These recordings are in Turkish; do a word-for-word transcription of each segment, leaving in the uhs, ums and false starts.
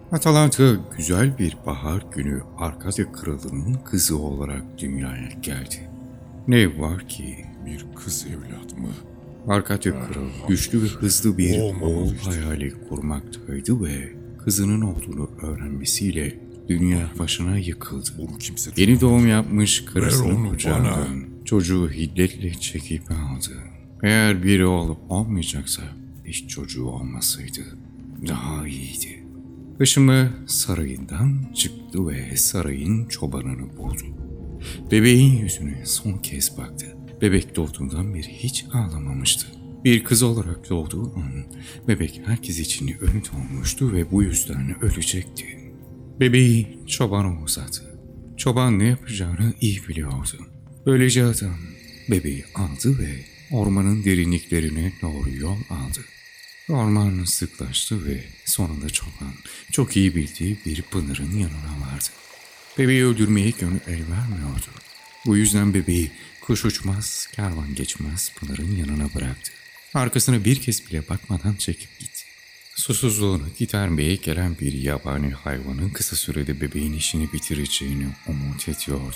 Atalanta güzel bir bahar günü Arkadya Kralı'nın kızı olarak dünyaya geldi. Ne var ki Bir kız evlat mı? Arkadya Kralı güçlü ve hızlı bir oğul Olmamalıydı. hayali kurmaktaydı ve kızının olduğunu öğrenmesiyle dünya başına yıkıldı. Bunu kimse Yeni doğum yapmış Ver karısının onu kucağından çocuğu hiddetle çekip aldı. Eğer biri olup olmayacaksa hiç çocuğu olmasaydı daha iyiydi. Işımı sarayından çıktı ve sarayın çobanını buldu. Bebeğin yüzüne son kez baktı. Bebek doğduğundan beri hiç ağlamamıştı. Bir kız olarak doğduğu an bebek herkes için ölü doğmuştu ve bu yüzden ölecekti. Bebeği çobana uzattı. Çoban ne yapacağını iyi biliyordu. Böylece adam bebeği aldı ve ormanın derinliklerine doğru yol aldı. Orman sıklaştı ve sonunda çoban çok iyi bildiği bir pınarın yanına vardı. Bebeği öldürmeye gönül el vermiyordu. Bu yüzden bebeği kuş uçmaz, kervan geçmez pınarın yanına bıraktı. Arkasına bir kez bile bakmadan çekip gitti. Susuzluğunu gidermeye gelen bir yabani hayvanın kısa sürede bebeğin işini bitireceğini umut ediyordu.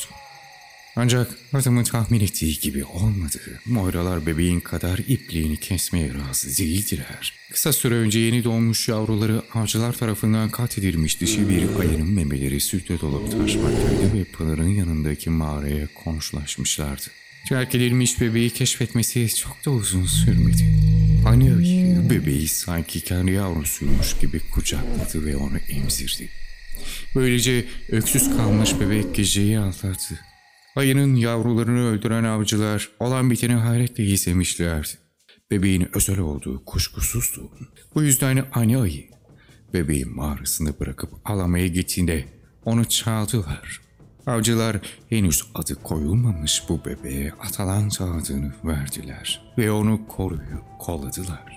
Ancak adamın tahmin ettiği gibi olmadı. Moiralar bebeğin kadar ipliğini kesmeye razı değildiler. Kısa süre önce yeni doğmuş yavruları avcılar tarafından katledilmiş dişi bir ayının memeleri sütle dolup taşmaktaydı ve Pınar'ın yanındaki mağaraya konuşlaşmışlardı. Terk edilmiş bebeği keşfetmesi çok da uzun sürmedi. Anne ayı bebeği sanki kendi yavrusuymuş gibi kucakladı ve onu emzirdi. Böylece öksüz kalmış bebek geceyi atlattı. Ayının yavrularını öldüren avcılar olan biteni hayretle izlemişlerdi. Bebeğin özel olduğu kuşkusuzdu. Bu yüzden anne ayı bebeği mağarasında bırakıp alamaya gittiğinde onu çaldılar. Avcılar henüz adı koyulmamış bu bebeğe Atalanta adını verdiler ve onu koruyup kolladılar.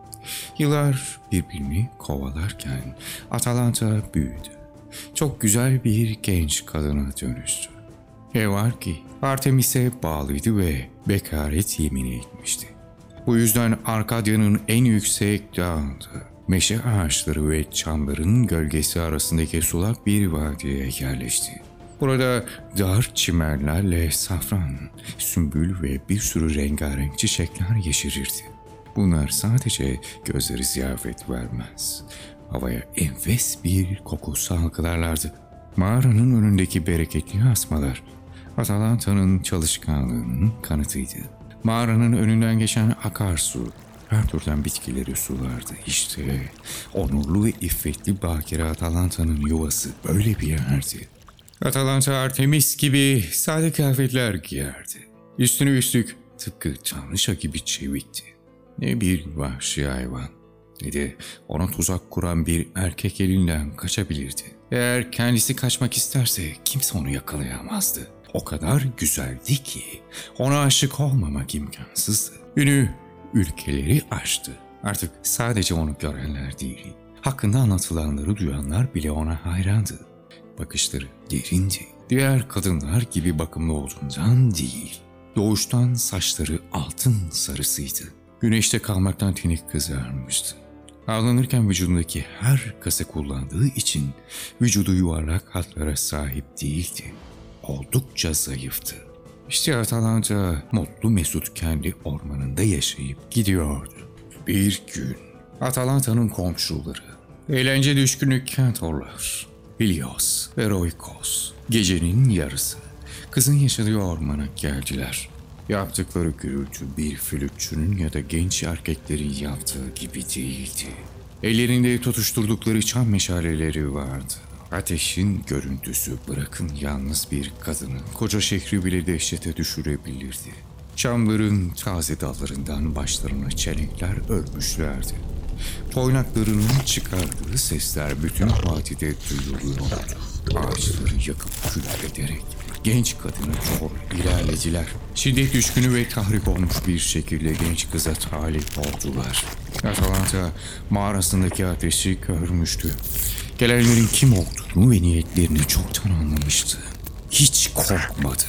Yıllar birbirini kovalarken Atalanta büyüdü. Çok güzel bir genç kadına dönüştü. Ne var ki Artemis'e bağlıydı ve bekaret yemini etmişti. Bu yüzden Arkadya'nın en yüksek dağında meşe ağaçları ve çamların gölgesi arasındaki sulak bir vadiye yerleşti. Burada dar çimenlerle safran, sümbül ve bir sürü rengarenk çiçekler yeşerirdi. Bunlar sadece gözleri ziyafet vermez, havaya enfes bir koku salgılarlardı. Mağaranın önündeki bereketli asmalar Atalanta'nın çalışkanlığının kanıtıydı. Mağaranın önünden geçen akarsu her türden bitkileri sulardı. İşte onurlu ve iffetli bakire Atalanta'nın yuvası böyle bir yerdi. Atalanta Artemis gibi sade kıyafetler giyerdi. Üstüne üstlük tıpkı tanrıça gibi çevikti. Ne bir vahşi hayvan ne de ona tuzak kuran bir erkek elinden kaçabilirdi. Eğer kendisi kaçmak isterse kimse onu yakalayamazdı. O kadar güzeldi ki ona aşık olmamak imkansızdı. Ünü ülkeleri aştı. Artık sadece onu görenler değil, hakkında anlatılanları duyanlar bile ona hayrandı. Bakışları derindi. Diğer kadınlar gibi bakımlı olduğundan değil, doğuştan saçları altın sarısıydı. Güneşte kalmaktan teni kızarmıştı. Avlanırken vücudundaki her kası kullandığı için vücudu yuvarlak hatlara sahip değildi. Oldukça zayıftı. İşte Atalanta mutlu mesut kendi ormanında yaşayıp gidiyordu. Bir gün Atalanta'nın komşuları, eğlence düşkünü Kentorlar, Helios ve Roikos gecenin yarısı kızın yaşadığı ormana geldiler. Yaptıkları gürültü bir flütçünün ya da genç erkeklerin yaptığı gibi değildi. Ellerinde tutuşturdukları çam meşaleleri vardı. Ateşin görüntüsü bırakın yalnız bir kadını koca şehri bile dehşete düşürebilirdi. Çamların taze dallarından başlarına çelenkler örmüşlerdi. Toynaklarının çıkardığı sesler bütün vadide duyuluyordu. Ağaçları yakıp kül ederek genç kadını doğru ilerlediler. Şiddet düşkünü ve tahrik olmuş bir şekilde genç kıza talip oldular. Atalanta mağarasındaki ateşi görmüştü. Gelenlerin kim olduğunu ve niyetlerini çoktan anlamıştı. Hiç korkmadı.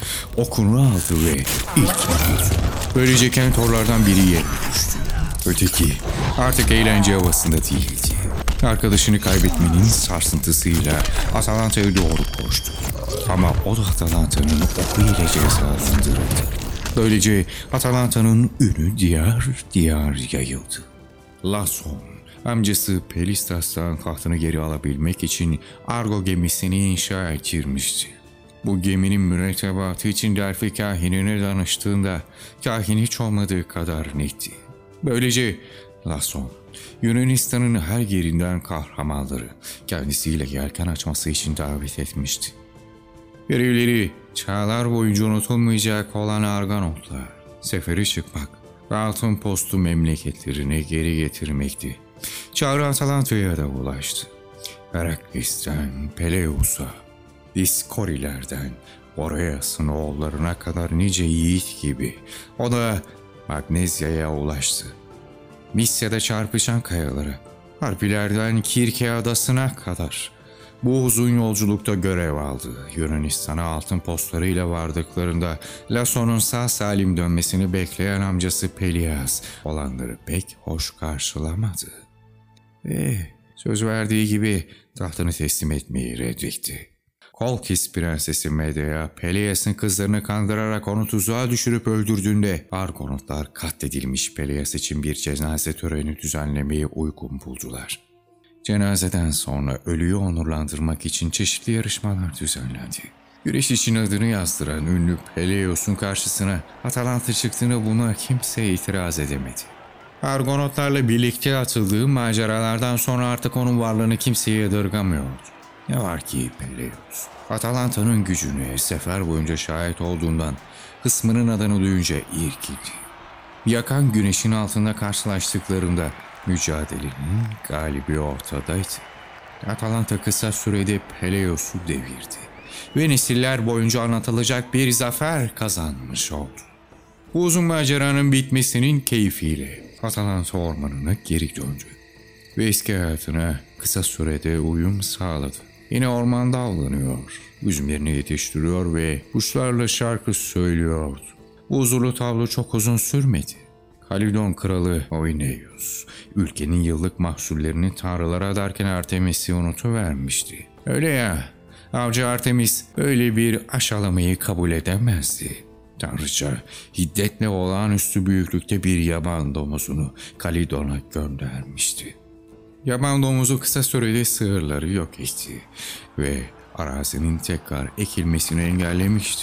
Okunu aldı ve ilk vurdu. Böylece kentorlardan biri yerine düştü. Öteki artık eğlence havasında değildi. Arkadaşını kaybetmenin sarsıntısıyla Atalanta'ya doğru koştu. Ama o da Atalanta'nın oku ile cezalandırıldı. Böylece Atalanta'nın ünü diyar diyar yayıldı. Lason, amcası Pelistas'tan tahtını geri alabilmek için Argo gemisini inşa ettirmişti. Bu geminin mürettebatı için Delphi kahinine danıştığında kahin hiç olmadığı kadar netti. Böylece Lason, Yunanistan'ın her yerinden kahramanları kendisiyle yelken açması için davet etmişti. Görevleri çağlar boyunca unutulmayacak olan Argonotlar, sefere çıkmak ve altın postu memleketlerine geri getirmekti. Çağrı Atalanta'ya da ulaştı. Herakles'ten Peleus'a, Diskorilerden Boreas'ın oğullarına kadar nice yiğit gibi o da Magnezya'ya ulaştı. Misya'da çarpışan kayalara, Harpilerden Kirke adasına kadar bu uzun yolculukta görev aldı. Yunanistan'a altın postlarıyla vardıklarında Lason'un sağ salim dönmesini bekleyen amcası Pelias olanları pek hoş karşılamadı. Ve söz verdiği gibi tahtını teslim etmeyi reddetti. Kolkis prensesi Medea, Pelias'ın kızlarını kandırarak onu tuzağa düşürüp öldürdüğünde Argonotlar katledilmiş Pelias için bir cenaze töreni düzenlemeyi uygun buldular. Cenazeden sonra ölüyü onurlandırmak için çeşitli yarışmalar düzenlendi. Güreş için adını yazdıran ünlü Peleus'un karşısına Atalanta çıktığında buna kimse itiraz edemedi. Argonotlarla birlikte atıldığı maceralardan sonra artık onun varlığını kimseye yadırgamıyordu. Ne var ki Peleus, Atalanta'nın gücüne sefer boyunca şahit olduğundan kısmının adını duyunca irkildi. Yakan güneşin altında karşılaştıklarında mücadelenin galibi ortadaydı. Atalanta kısa sürede Peleus'u devirdi ve nesiller boyunca anlatılacak bir zafer kazanmış oldu. Bu uzun maceranın bitmesinin keyfiyle Atalanta ormanına geri döndü ve eski hayatına kısa sürede uyum sağladı. Yine ormanda avlanıyor, üzümlerini yetiştiriyor ve kuşlarla şarkı söylüyordu. Bu huzurlu tablo çok uzun sürmedi. Kalidon kralı Oineus, ülkenin yıllık mahsullerini tanrılara adarken Artemis'i unutuvermişti. Öyle ya, avcı Artemis öyle bir aşağılamayı kabul edemezdi. Tanrıça, hiddetle olağanüstü büyüklükte bir yaban domuzunu Kalidon'a göndermişti. Yaban domuzu kısa sürede sığırları yok etti ve arazinin tekrar ekilmesini engellemişti.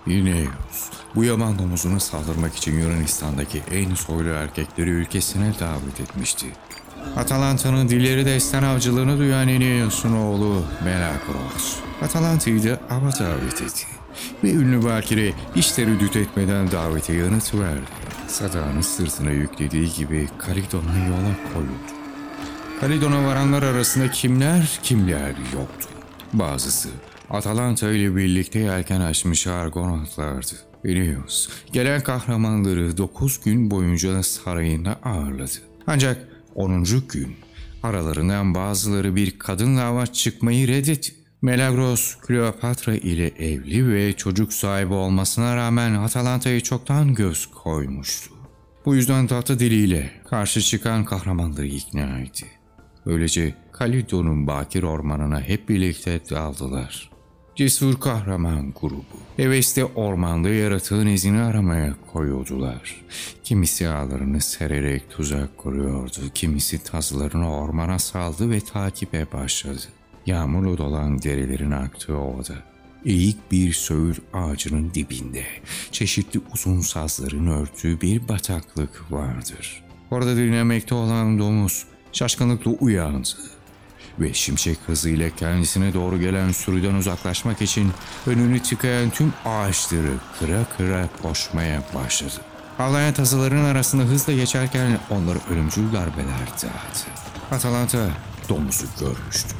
Ineus, bu yaban domuzuna saldırmak için Yunanistan'daki en soylu erkekleri ülkesine davet etmişti. Atalanta'nın dilleri destan avcılığını duyan Ineus'un oğlu Melagros, Atalanta'yı da ava davet etti ve ünlü bakire hiç tereddüt etmeden davete yanıt verdi. Sadağını sırtına yüklediği gibi Kalidon'a yola koyuldu. Kalidon'a varanlar arasında kimler kimler yoktu. Bazısı Atalanta ile birlikte yelken açmış Argonotlardı. Ineus, gelen kahramanları dokuz gün boyunca sarayında ağırladı. Ancak onuncu gün aralarından bazıları bir kadınla hava çıkmayı reddetti. Melagros, Kleopatra ile evli ve çocuk sahibi olmasına rağmen Atalanta'yı çoktan göz koymuştu. Bu yüzden tatlı diliyle karşı çıkan kahramanları ikna etti. Böylece Kalidon'un bakir ormanına hep birlikte daldılar. Cesur kahraman grubu hevesle ormanda yaratığın izini aramaya koyuldular. Kimisi ağlarını sererek tuzak kuruyordu, kimisi tazlarını ormana saldı ve takibe başladı. Yağmurlu dolan derilerin aktığı ovada, eğik bir söğüt ağacının dibinde çeşitli uzun sazların örtüğü bir bataklık vardır. Orada dinlemekte olan domuz şaşkınlıkla uyandı ve şimşek hızıyla kendisine doğru gelen sürüden uzaklaşmak için önünü tıkayan tüm ağaçları kıra kıra koşmaya başladı. Ağlayan tazıların arasında hızla geçerken onları ölümcül darbeler dağıttı. Atalanta domuzu görmüştü.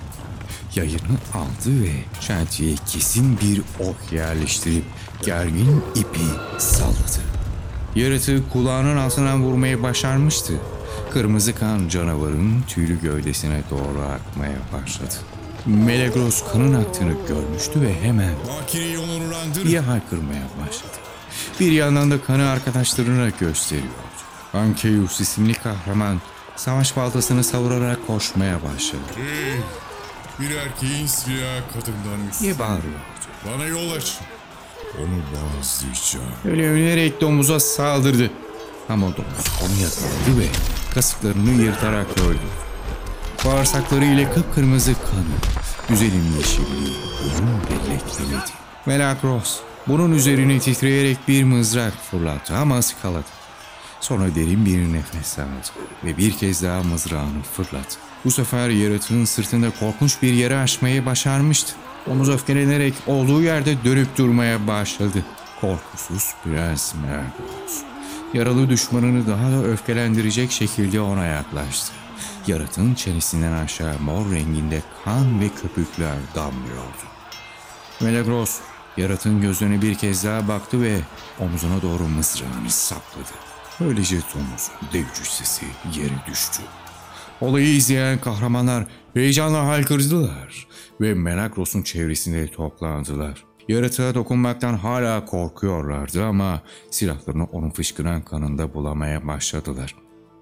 Yayını aldı ve çentiye kesin bir ok yerleştirip gergin ipi salladı. Yaratığı kulağının altından vurmayı başarmıştı. Kırmızı kan canavarın tüylü gövdesine doğru akmaya başladı. Melagros kanın aktığını görmüştü ve hemen Bakire'yi onurlandır. diye haykırmaya başladı. Bir yandan da kanı arkadaşlarına gösteriyordu. Ankeus isimli kahraman savaş baltasını savurarak koşmaya başladı. Hey, bir erkeğin silahı kadından üstün. diye bağırıyordu. Bana yol açın. Onu boğazlayacağım. Öyle övünerek domuza saldırdı. Ama domuz onu yakaladı ve kasıklarını yırtarak öldü. Bağırsakları ile kıpkırmızı kanı, güzelim yeşilliği burun bellekledi. Melagros bunun üzerine titreyerek bir mızrak fırlattı ama ıskaladı. Sonra derin bir nefes aldı ve bir kez daha mızrağını fırlattı. Bu sefer yaratığın sırtında korkunç bir yara açmayı başarmıştı. Domuz öfkelenerek olduğu yerde dönüp durmaya başladı. Korkusuz Prens Melagros yaralı düşmanını daha da öfkelendirecek şekilde ona yaklaştı. Yaratığın çenesinden aşağı mor renginde kan ve köpükler damlıyordu. Melagros yaratığın gözlerine bir kez daha baktı ve omzuna doğru mızrağını sapladı. Böylece domuzun dev cüssesi yere düştü. Olayı izleyen kahramanlar heyecanla haykırdılar ve Melagros'un çevresinde toplandılar. Yaratığa dokunmaktan hala korkuyorlardı ama silahlarını onun fışkıran kanında bulamaya başladılar.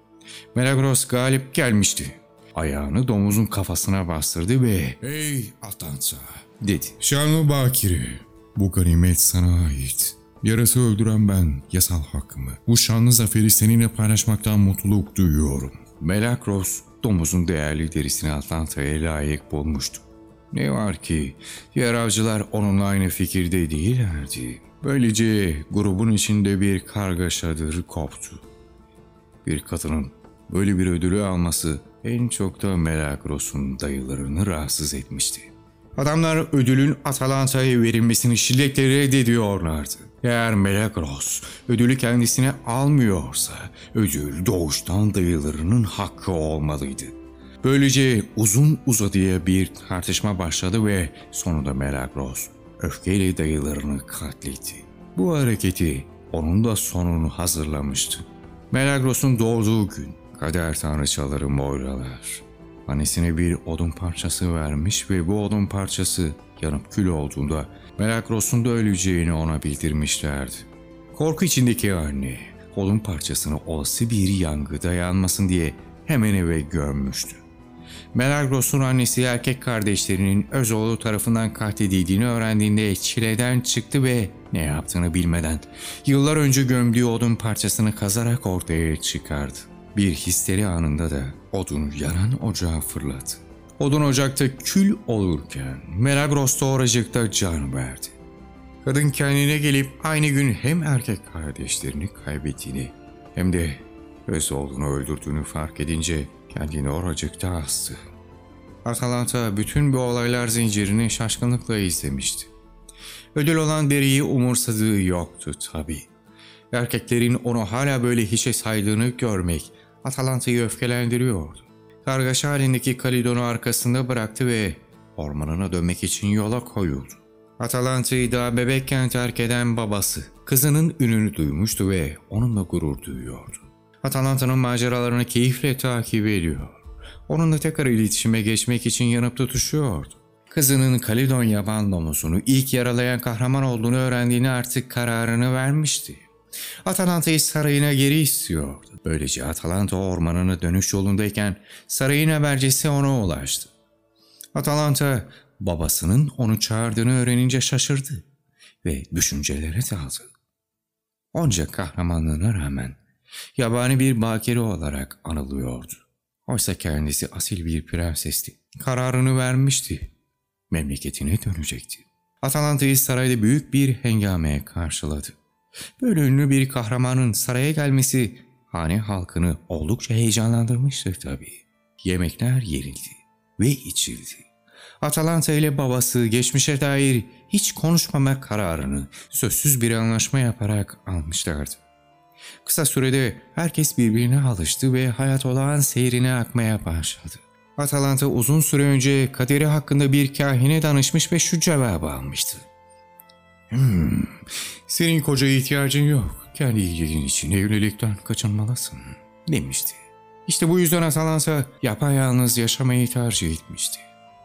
Melagros galip gelmişti. Ayağını domuzun kafasına bastırdı ve Hey Atansa, dedi. şanlı bakire, bu ganimet sana ait. Yarası öldüren ben, yasal hakkımı. Bu şanlı zaferi seninle paylaşmaktan mutluluk duyuyorum. Melagros domuzun değerli derisini Atlanta'ya layık bulmuştu. Ne var ki diğer avcılar onunla aynı fikirde değillerdi. Böylece grubun içinde bir kargaşadır koptu. Bir kadının böyle bir ödülü alması en çok da Melagros'un dayılarını rahatsız etmişti. Adamlar ödülün Atalanta'ya verilmesini şiddetle reddediyorlardı. Eğer Melagros ödülü kendisine almıyorsa ödül doğuştan dayılarının hakkı olmalıydı. Böylece uzun uzadıya bir tartışma başladı ve sonunda Melagros öfkeyle dayılarını katletti. Bu hareketi onun da sonunu hazırlamıştı. Melagros'un doğduğu gün kader tanrıçaları Moiralar annesine bir odun parçası vermiş ve bu odun parçası yanıp kül olduğunda Melagros'un da öleceğini ona bildirmişlerdi. Korku içindeki anne odun parçasını olası bir yangıda yanmasın diye hemen eve gömmüştü. Melagros'un annesi erkek kardeşlerinin öz oğlu tarafından katledildiğini öğrendiğinde çileden çıktı ve ne yaptığını bilmeden yıllar önce gömdüğü odun parçasını kazarak ortaya çıkardı. Bir histeri anında da odunu yanan ocağa fırlattı. Odun ocakta kül olurken Melagros da oracıkta can verdi. Kadın kendine gelip aynı gün hem erkek kardeşlerini kaybettiğini hem de öz oğlunu öldürdüğünü fark edince kendini oracıkta astı. Atalanta bütün bu olaylar zincirini şaşkınlıkla izlemişti. Ödül olan biriyi umursadığı yoktu tabii. Erkeklerin onu hala böyle hiçe saydığını görmek Atalanta'yı öfkelendiriyordu. Kargaşa halindeki Kalidon'u arkasında bıraktı ve ormanına dönmek için yola koyuldu. Atalanta'yı daha bebekken terk eden babası kızının ününü duymuştu ve onunla gurur duyuyordu. Atalanta'nın maceralarını keyifle takip ediyor. Onunla tekrar iletişime geçmek için yanıp tutuşuyordu. Kızının Kalidon yaban domuzunu ilk yaralayan kahraman olduğunu öğrendiğini artık kararını vermişti. Atalanta'yı sarayına geri istiyordu. Böylece Atalanta ormanına dönüş yolundayken sarayın habercisi ona ulaştı. Atalanta babasının onu çağırdığını öğrenince şaşırdı ve düşüncelere daldı. Onca kahramanlığına rağmen yabani bir bakire olarak anılıyordu. Oysa kendisi asil bir prensesti. Kararını vermişti. Memleketine dönecekti. Atalanta'yı sarayda büyük bir hengameye karşıladı. Böyle ünlü bir kahramanın saraya gelmesi hane halkını oldukça heyecanlandırmıştı tabii. Yemekler yerildi ve içildi. Atalanta ile babası geçmişe dair hiç konuşmama kararını sözsüz bir anlaşma yaparak almışlardı. Kısa sürede herkes birbirine alıştı ve hayat olağan seyrine akmaya başladı. Atalanta uzun süre önce kaderi hakkında bir kahine danışmış ve şu cevabı almıştı. Hmm, senin kocaya ihtiyacın yok. Kendi iyiliğin için evlilikten kaçınmalısın demişti. İşte bu yüzden Atalanta yapayalnız yaşamayı tercih etmişti.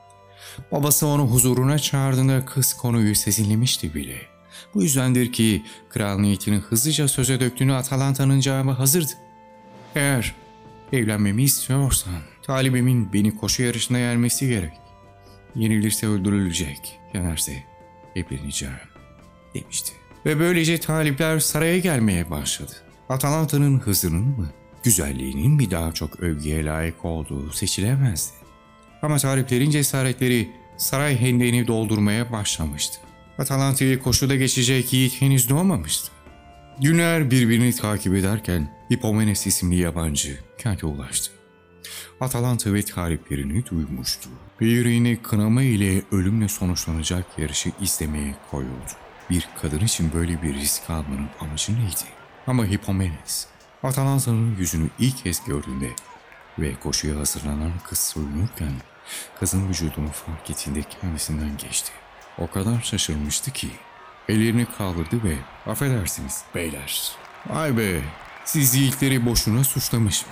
Babası onu huzuruna çağırdığında kız konuyu sezinlemişti bile. Bu yüzdendir ki kral niyetini hızlıca söze döktüğünü Atalanta'nın cevabı hazırdı. Eğer Evlenmemi istiyorsan talibimin beni koşu yarışına yenmesi gerek. Yenilirse öldürülecek, yenerse evleneceğim demişti. Ve böylece talipler saraya gelmeye başladı. Atalanta'nın hızının mı, güzelliğinin mi daha çok övgüye layık olduğu seçilemezdi. Ama taliplerin cesaretleri saray hendeğini doldurmaya başlamıştı. Atalanta'yı koşuda geçecek yiğit henüz doğmamıştı. Günler birbirini takip ederken Hippomenes isimli yabancı kente ulaştı. Atalanta ve taliplerini duymuştu ve yüreğine kınama ile ölümle sonuçlanacak yarışı izlemeye koyuldu. Bir kadın için böyle bir risk almanın amacı neydi? Ama Hippomenes, Atalanta'nın yüzünü ilk kez gördüğünde ve koşuya hazırlanan kız soyunurken kızın vücudunu fark ettiğinde kendisinden geçti. O kadar şaşırmıştı ki ellerini kaldırdı ve "Affedersiniz beyler. Vay be, siz yiğitleri boşuna suçlamışım.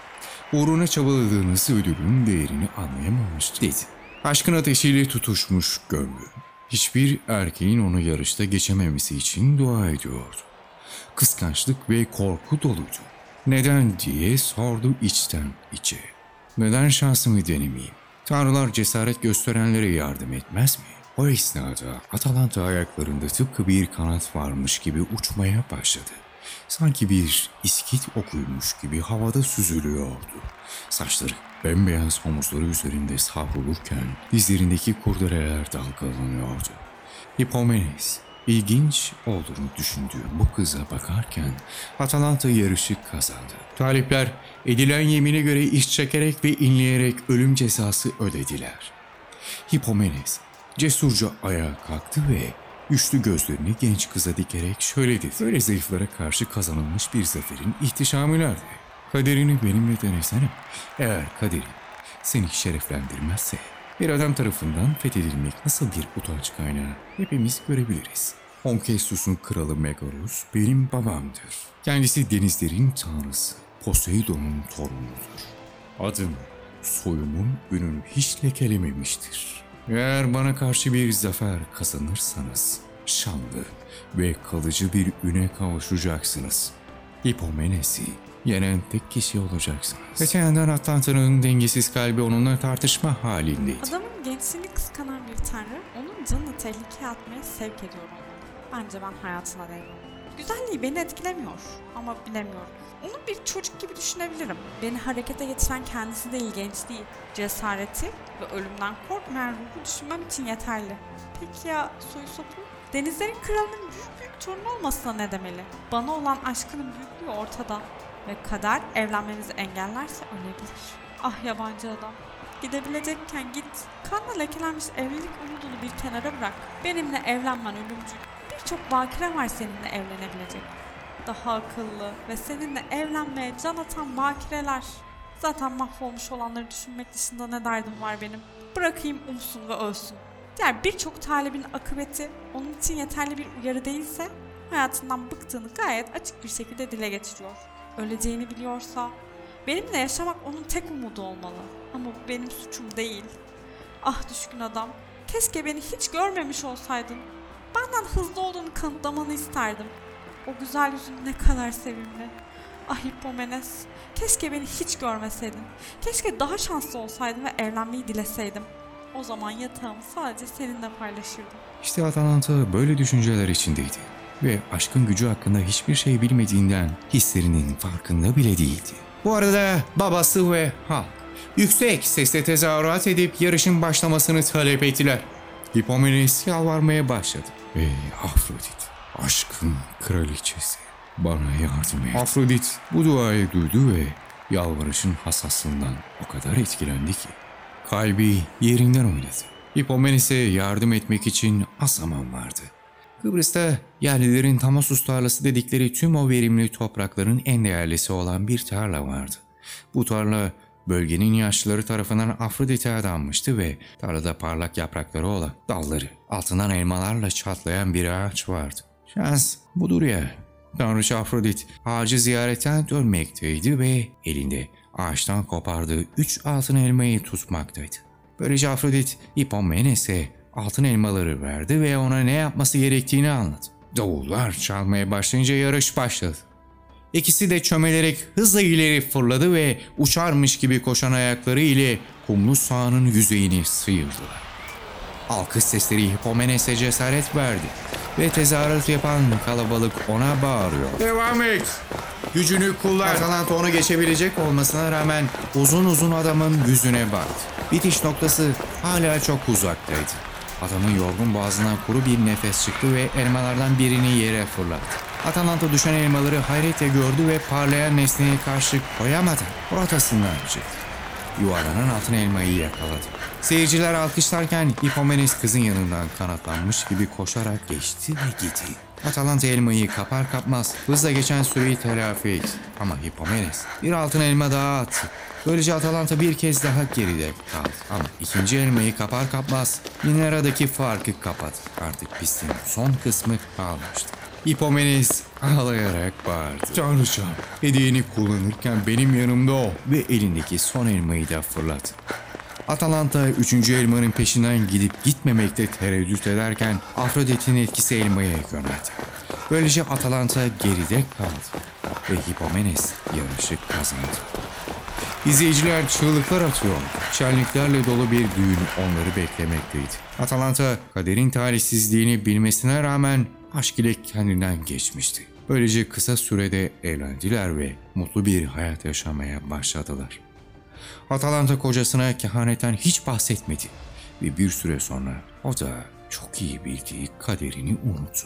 Uğruna çabaladığınız ödülün değerini anlayamamıştı" dedi. Aşkın ateşiyle tutuşmuş gönlü. Hiçbir erkeğin onu yarışta geçememesi için dua ediyordu. Kıskançlık ve korku doluydu. Neden diye sordu içten içe. Neden şansımı denemeyeyim? Tanrılar cesaret gösterenlere yardım etmez mi? O esnada Atalanta ayaklarında tıpkı bir kanat varmış gibi uçmaya başladı. Sanki bir iskit okuymuş gibi havada süzülüyordu. Saçları bembeyaz omuzları üzerinde savrulurken dizlerindeki kurdeleler dalgalanıyordu. Hippomenes, ilginç olduğunu düşündüğü bu kıza bakarken Atalanta yarışı kazandı. Talipler edilen yemine göre iş çekerek ve inleyerek ölüm cezası ödediler. Hippomenes cesurca ayağa kalktı ve güçlü gözlerini genç kıza dikerek şöyle dedi. Böyle zayıflara karşı kazanılmış bir zaferin ihtişamı nerede? Kaderini benimle denesene. Eğer kaderin seni şereflendirmezse bir adam tarafından fethedilmek nasıl bir utanç kaynağı hepimiz görebiliriz. Onkesus'un kralı Megaros benim babamdır. Kendisi denizlerin tanrısı Poseidon'un torunudur. Adım, soyumun ününü hiç lekelememiştir. Eğer bana karşı bir zafer kazanırsanız şanlı ve kalıcı bir üne kavuşacaksınız. Hippomenes'i yenen tek kişi olacaksınız. Öte yandan Atlanta'nın dengesiz kalbi onunla tartışma halindeydi. Adamın gençliğini kıskanan bir tanrı onun canını tehlikeye atmaya sevk ediyor olmalı. Bence ben hayatına değmem. Güzelliği beni etkilemiyor ama bilemiyorum. Onu bir çocuk gibi düşünebilirim. Beni harekete geçiren kendisi değil, gençliği, cesareti ve ölümden korkmayan ruhu düşünmem için yeterli. Peki ya soyu sopu? Denizlerin kralının büyük büyük torunu olmasına ne demeli? Bana olan aşkının büyüklüğü ortada ve kader evlenmemizi engellerse ölebilir. Ah yabancı adam. Gidebilecekken git. Kanla lekelenmiş evlilik umudunu bir kenara bırak. Benimle evlenmen ölümcül. Birçok bakire var seninle evlenebilecek. Daha akıllı ve seninle evlenmeye can atan bakireler. Zaten mahvolmuş olanları düşünmek dışında ne derdim var benim. Bırakayım umsun ve ölsün. Diğer birçok talibin akıbeti onun için yeterli bir uyarı değilse hayatından bıktığını gayet açık bir şekilde dile getiriyor. Öleceğini biliyorsa benimle yaşamak onun tek umudu olmalı. Ama bu benim suçum değil. Ah düşkün adam, keşke beni hiç görmemiş olsaydın. Benden hızlı olduğunu kanıtlamanı isterdim. O güzel yüzün ne kadar sevimli. Ah Hippomenes, keşke beni hiç görmeseydin. Keşke daha şanslı olsaydım ve evlenmeyi dileseydim. O zaman yatağımı sadece seninle paylaşırdım. İşte Atalanta böyle düşünceler içindeydi ve aşkın gücü hakkında hiçbir şey bilmediğinden hislerinin farkında bile değildi. Bu arada babası ve halk yüksek sesle tezahürat edip yarışın başlamasını talep ettiler. Hippomenes yalvarmaya başladı. Ey Afrodit, aşkın kraliçesi, bana yardım et. Afrodit bu duayı duydu ve yalvarışın hassaslığından o kadar etkilendi ki kalbi yerinden oynadı. Hippomenes'e yardım etmek için az zaman vardı. Kıbrıs'ta yerlilerin Tamasus tarlası dedikleri tüm o verimli toprakların en değerlisi olan bir tarla vardı. Bu tarla bölgenin yaşlıları tarafından Afrodit'e adanmıştı ve tarlada parlak yaprakları olan, dalları altından elmalarla çatlayan bir ağaç vardı. Şans budur ya. Tanrıça Afrodit ağacı ziyaretten dönmekteydi ve elinde ağaçtan kopardığı üç altın elmayı tutmaktaydı. Böylece Afrodit Hippomenes'e altın elmaları verdi ve ona ne yapması gerektiğini anlattı. Davullar çalmaya başlayınca yarış başladı. İkisi de çömelerek hızla ileri fırladı ve uçarmış gibi koşan ayakları ile kumlu sahanın yüzeyini sıyırdılar. Alkış sesleri Hipomenes'e cesaret verdi ve tezahürat yapan kalabalık ona bağırıyor. Devam et. Gücünü kullan. Atalanta onu geçebilecek olmasına rağmen uzun uzun adamın yüzüne baktı. Bitiş noktası hala çok uzaktaydı. Adamın yorgun boğazından kuru bir nefes çıktı ve elmalardan birini yere fırlattı. Atalanta düşen elmaları hayretle gördü ve parlayan nesneye karşı koyamadan ortasından çıktı. Yuvarlanan altın elmayı yakaladı. Seyirciler alkışlarken Hipomenes kızın yanından kanatlanmış gibi koşarak geçti ve gitti. Atalanta elmayı kapar kapmaz hızla geçen süreyi telafi etti. Ama Hipomenes bir altın elma daha attı. Böylece Atalanta bir kez daha geride kaldı. Ama ikinci elmayı kapar kapmaz yine aradaki farkı kapattı. Artık pistin son kısmı kalmıştı. Hipomenes ağlayarak bağırdı. Tanrıçam. Hediyeni kullanırken benim yanımda ol ve elindeki son elmayı da fırlat. Atalanta üçüncü elmanın peşinden gidip gitmemekte tereddüt ederken Afrodit'in etkisi elmaya yöneldi. Böylece Atalanta geride kaldı ve Hipomenes yarışı kazandı. İzleyiciler çığlıklar atıyor. Şenliklerle dolu bir düğün onları beklemekteydi. Atalanta kaderin talihsizliğini bilmesine rağmen aşk ile kendinden geçmişti. Böylece kısa sürede evlendiler ve mutlu bir hayat yaşamaya başladılar. Atalanta kocasına kehanetten hiç bahsetmedi ve bir süre sonra o da çok iyi bildiği kaderini unuttu.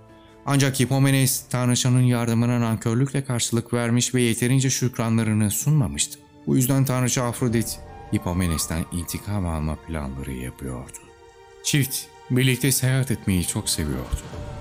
Ancak Hipomenes Tanrıçanın yardımına nankörlükle karşılık vermiş ve yeterince şükranlarını sunmamıştı. Bu yüzden Tanrıça Afrodit Hipomenes'ten intikam alma planları yapıyordu. Çift birlikte seyahat etmeyi çok seviyordu.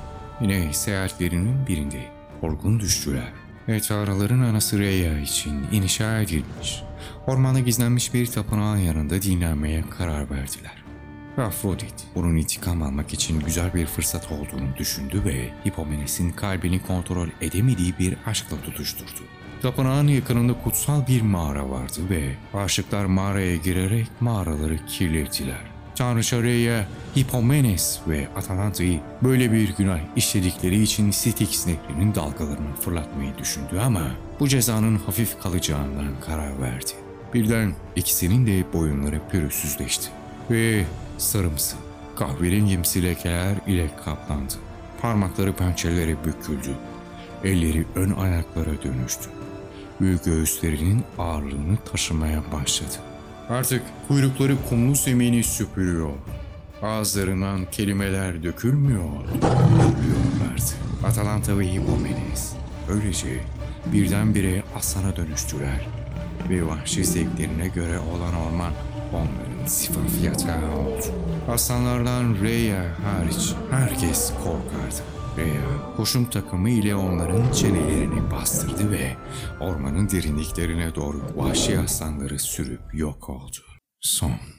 Yine seyahatlerinin birinde yorgun düştüler ve tanrıların anası Rhea için inşa edilmiş, ormanda gizlenmiş bir tapınağın yanında dinlenmeye karar verdiler. Afrodit bunun intikam almak için güzel bir fırsat olduğunu düşündü ve Hipomenes'in kalbini kontrol edemediği bir aşkla tutuşturdu. Tapınağın yakınında kutsal bir mağara vardı ve aşıklar mağaraya girerek mağaraları kirlettiler. Tanrıça Rhea, Hipomenes ve Atalanta'yı böyle bir günah işledikleri için Styx nehrinin dalgalarını fırlatmayı düşündü ama bu cezanın hafif kalacağından karar verdi. Birden ikisinin de boyunları pürüzsüzleşti ve sarımsı, kahverengimsi lekeler ile kaplandı. Parmakları pençelere büküldü, elleri ön ayaklara dönüştü. Büyük göğüslerinin ağırlığını taşımaya başladı. Artık kuyrukları kumlu zemini süpürüyor. Ağızlarından kelimeler dökülmüyor, dökülüyorlardı. Atalanta ve Hipomenes böylece birdenbire aslana dönüştüler ve vahşi zevklerine göre olan orman onların zifaf yatağı oldu. Aslanlardan Rhea hariç herkes korkardı. Rhea koşum takımı ile onların çenelerini bastırdı ve ormanın derinliklerine doğru vahşi aslanları sürüp yok oldu. Son.